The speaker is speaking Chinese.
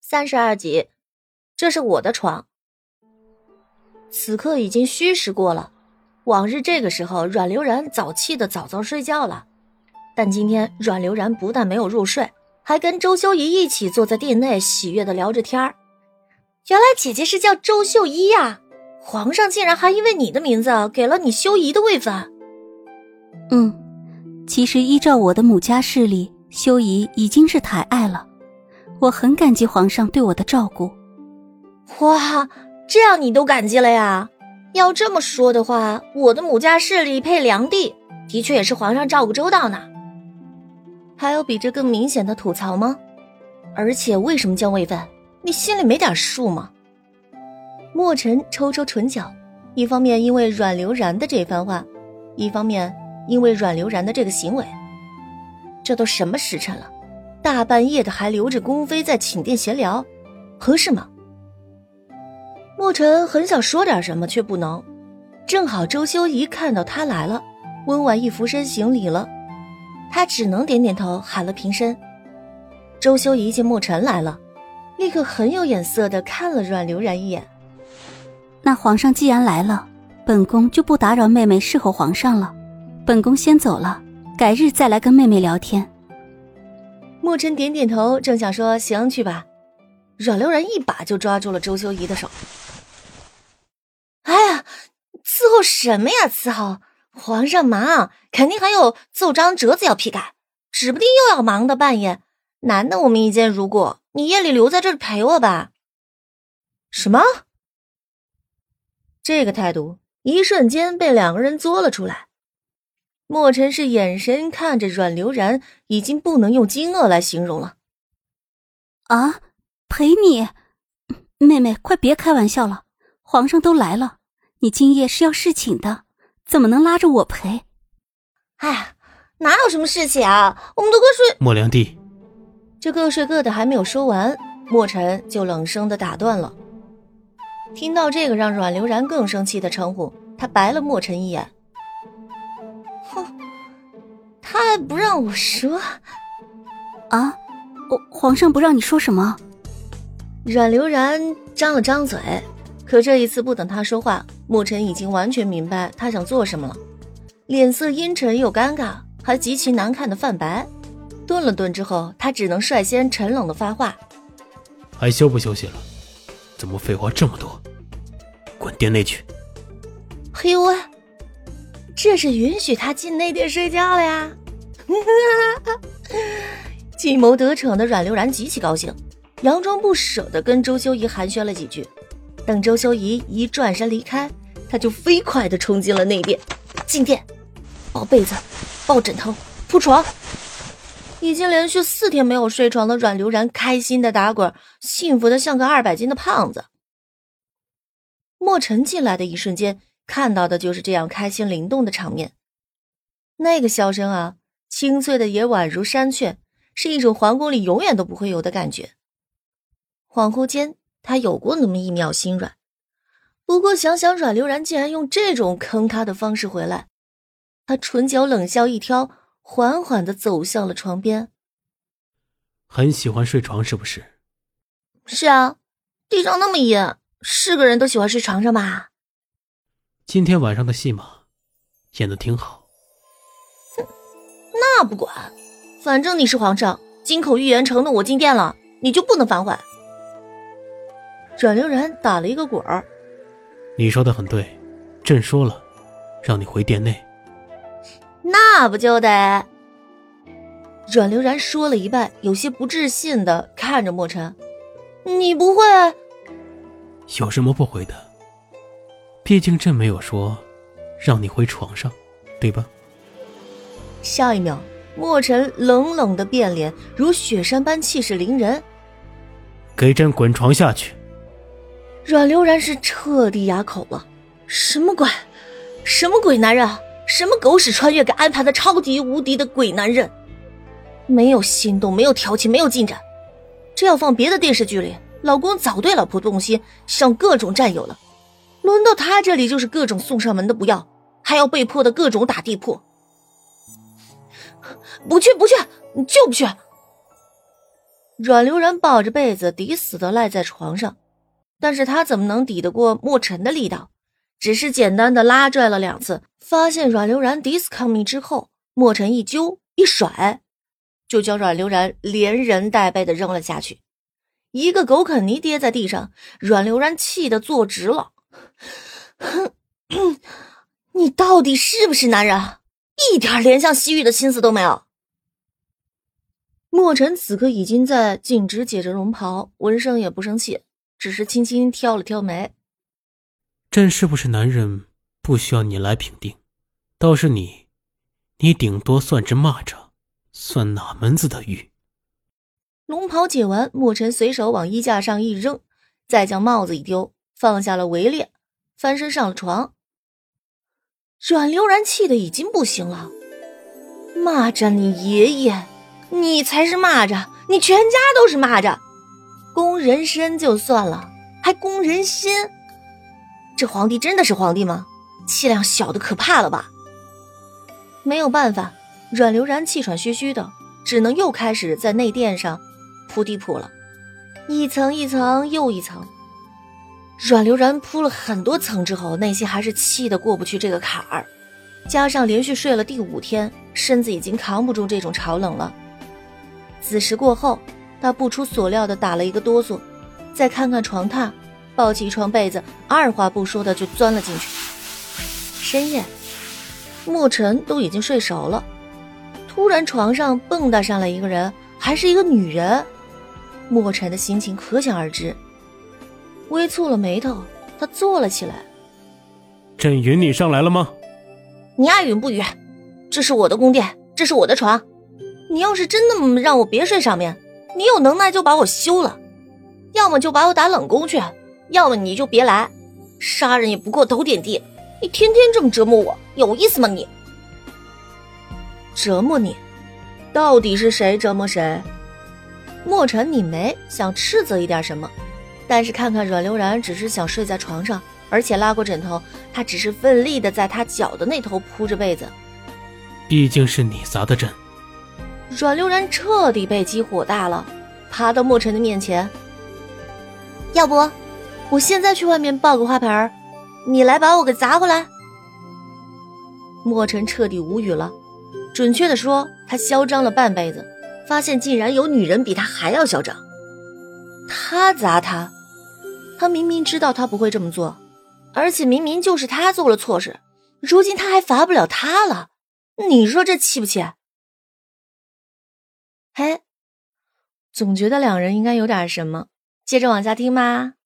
32集，这是我的床。此刻已经虚实过了，往日这个时候阮流然早气得早睡觉了，但今天阮流然不但没有入睡，还跟周修仪一起坐在殿内喜悦地聊着天儿。原来姐姐是叫周秀仪呀，皇上竟然还因为你的名字给了你修仪的位分。 其实依照我的母家势力，修仪已经是抬爱了，我很感激皇上对我的照顾。 哇，这样你都感激了呀？要这么说的话，我的母家势力配梁帝，的确也是皇上照顾周到呢。还有比这更明显的吐槽吗？而且为什么降位分？你心里没点数吗？墨尘抽唇角，一方面因为阮流然的这番话，一方面因为阮流然的这个行为。这都什么时辰了，大半夜的还留着宫妃在寝殿闲聊，合适吗？墨尘很想说点什么，却不能。正好周修仪看到他来了，温婉一俯身行礼了，他只能点点头，喊了平身。周修仪见墨尘来了，立刻很有眼色地看了阮流然一眼。 那皇上既然来了，本宫就不打扰妹妹侍候皇上了，本宫先走了，改日再来跟妹妹聊天。 墨尘点点头，正想说行去吧，阮流然一把就抓住了周修仪的手。哎呀，伺候什么呀伺候，皇上忙，肯定还有奏章折子要批改，指不定又要忙到半夜，难得我们一见如故，你夜里留在这儿陪我吧。什么？这个态度一瞬间被两个人作了出来。墨尘是眼神看着阮流然，已经不能用惊愕来形容了。 啊，陪你？妹妹快别开玩笑了，皇上都来了，你今夜是要侍寝的，怎么能拉着我陪？ 哎呀，哪有什么事情啊，我们都各睡。 莫良娣， 这各睡各的还没有说完，墨尘就冷声地打断了。听到这个让阮流然更生气的称呼，他白了墨尘一眼。哼，他还不让我说啊？皇上不让你说什么？ 阮流然张了张嘴，可这一次不等他说话，墨尘已经完全明白他想做什么了，脸色阴沉又尴尬，还极其难看的泛白。顿了顿之后，他只能率先沉冷的发话： 还休不休息了？怎么废话这么多？滚殿内去！ 嘿喂，这是允许他进内殿睡觉了呀？计谋得逞的阮流然极其高兴，佯装不舍地跟周修仪寒暄了几句。等周修仪一转身离开，他就飞快地冲进了内殿。进殿，抱被子，抱枕头，铺床。已经连续4天没有睡床的阮流然开心的打滚，幸福的像个200斤的胖子。墨尘进来的一瞬间，看到的就是这样开心灵动的场面。那个笑声啊，清脆的也宛如山雀，是一种皇宫里永远都不会有的感觉。恍惚间，他有过那么一秒心软。不过想想阮流然竟然用这种坑他的方式回来，他唇角冷笑一挑，缓缓地走向了床边。 很喜欢睡床是不是？ 是啊，地上那么阴，是个人都喜欢睡床上吧？ 今天晚上的戏码演得挺好。 那不管，反正你是皇上，金口玉言承诺我进殿了，你就不能反悔。阮流然打了一个滚儿。 你说的很对，朕说了，让你回殿内。 那不就得……阮流然说了一半，有些不置信地看着墨尘。你不会…… 有什么不回的？毕竟朕没有说让你回床上，对吧？ 下一秒，墨尘冷冷的变脸，如雪山般气势凌人。 给朕滚床下去！ 阮流然是彻底哑口了。什么鬼？什么鬼男人？什么狗屎穿越给安排的超级无敌的鬼男人？没有心动，没有调情，没有进展。这要放别的电视剧里，老公早对老婆动心，上各种占有了，轮到他这里就是各种送上门的不要，还要被迫的各种打地铺。不去，你就不去。 阮流然抱着被子抵死的赖在床上，但是他怎么能抵得过莫尘的力道？只是简单的拉拽了2次，发现阮流然抵死抗命之后，莫尘一揪一甩，就将阮流然连人带背的扔了下去，一个狗啃泥跌在地上。阮流然气得坐直了，你到底是不是男人？一点怜香惜玉的心思都没有。莫尘此刻已经在径直解着绒袍，闻声也不生气，只是轻轻挑了挑眉。 朕是不是男人不需要你来评定，倒是你顶多算只蚂蚱，算哪门子的玉？ 龙袍解完，莫尘随手往衣架上一扔，再将帽子一丢，放下了围猎，翻身上了床。阮流然气得已经不行了，蚂蚱你爷爷，你才是蚂蚱，你全家都是蚂蚱，攻人身就算了，还攻人心，这皇帝真的是皇帝吗？气量小的可怕了吧？没有办法，阮流然气喘吁吁的，只能又开始在内殿上铺地铺了，一层一层又一层。阮流然铺了很多层之后，内心还是气得过不去这个坎儿，加上连续睡了第5天，身子已经扛不住这种潮冷了。子时过后，他不出所料的打了一个哆嗦，再看看床榻，抱起一床被子，二话不说的就钻了进去。深夜，莫尘都已经睡熟了，突然床上蹦跶上来一个人，还是一个女人，莫尘的心情可想而知。微蹙了眉头，他坐了起来。 朕允你上来了吗？ 你爱允不允？这是我的宫殿，这是我的床，你要是真的让我别睡上面，你有能耐就把我休了，要么就把我打冷宫去，要么你就别来，杀人也不过头点地，你天天这么折磨我，有意思吗你？折磨你？到底是谁折磨谁？莫尘拧眉，想斥责一点什么，但是看看阮流然只是想睡在床上，而且拉过枕头，他只是奋力的在他脚的那头铺着被子。 毕竟是你砸的朕。 阮流然彻底被激火大了，爬到莫尘的面前。要不我现在去外面抱个花盆，你来把我给砸回来。莫尘彻底无语了，准确的说，他嚣张了半辈子，发现竟然有女人比他还要嚣张。他砸他，他明明知道他不会这么做，而且明明就是他做了错事，如今他还罚不了他了，你说这气不气？嘿，总觉得两人应该有点什么，接着往下听吧。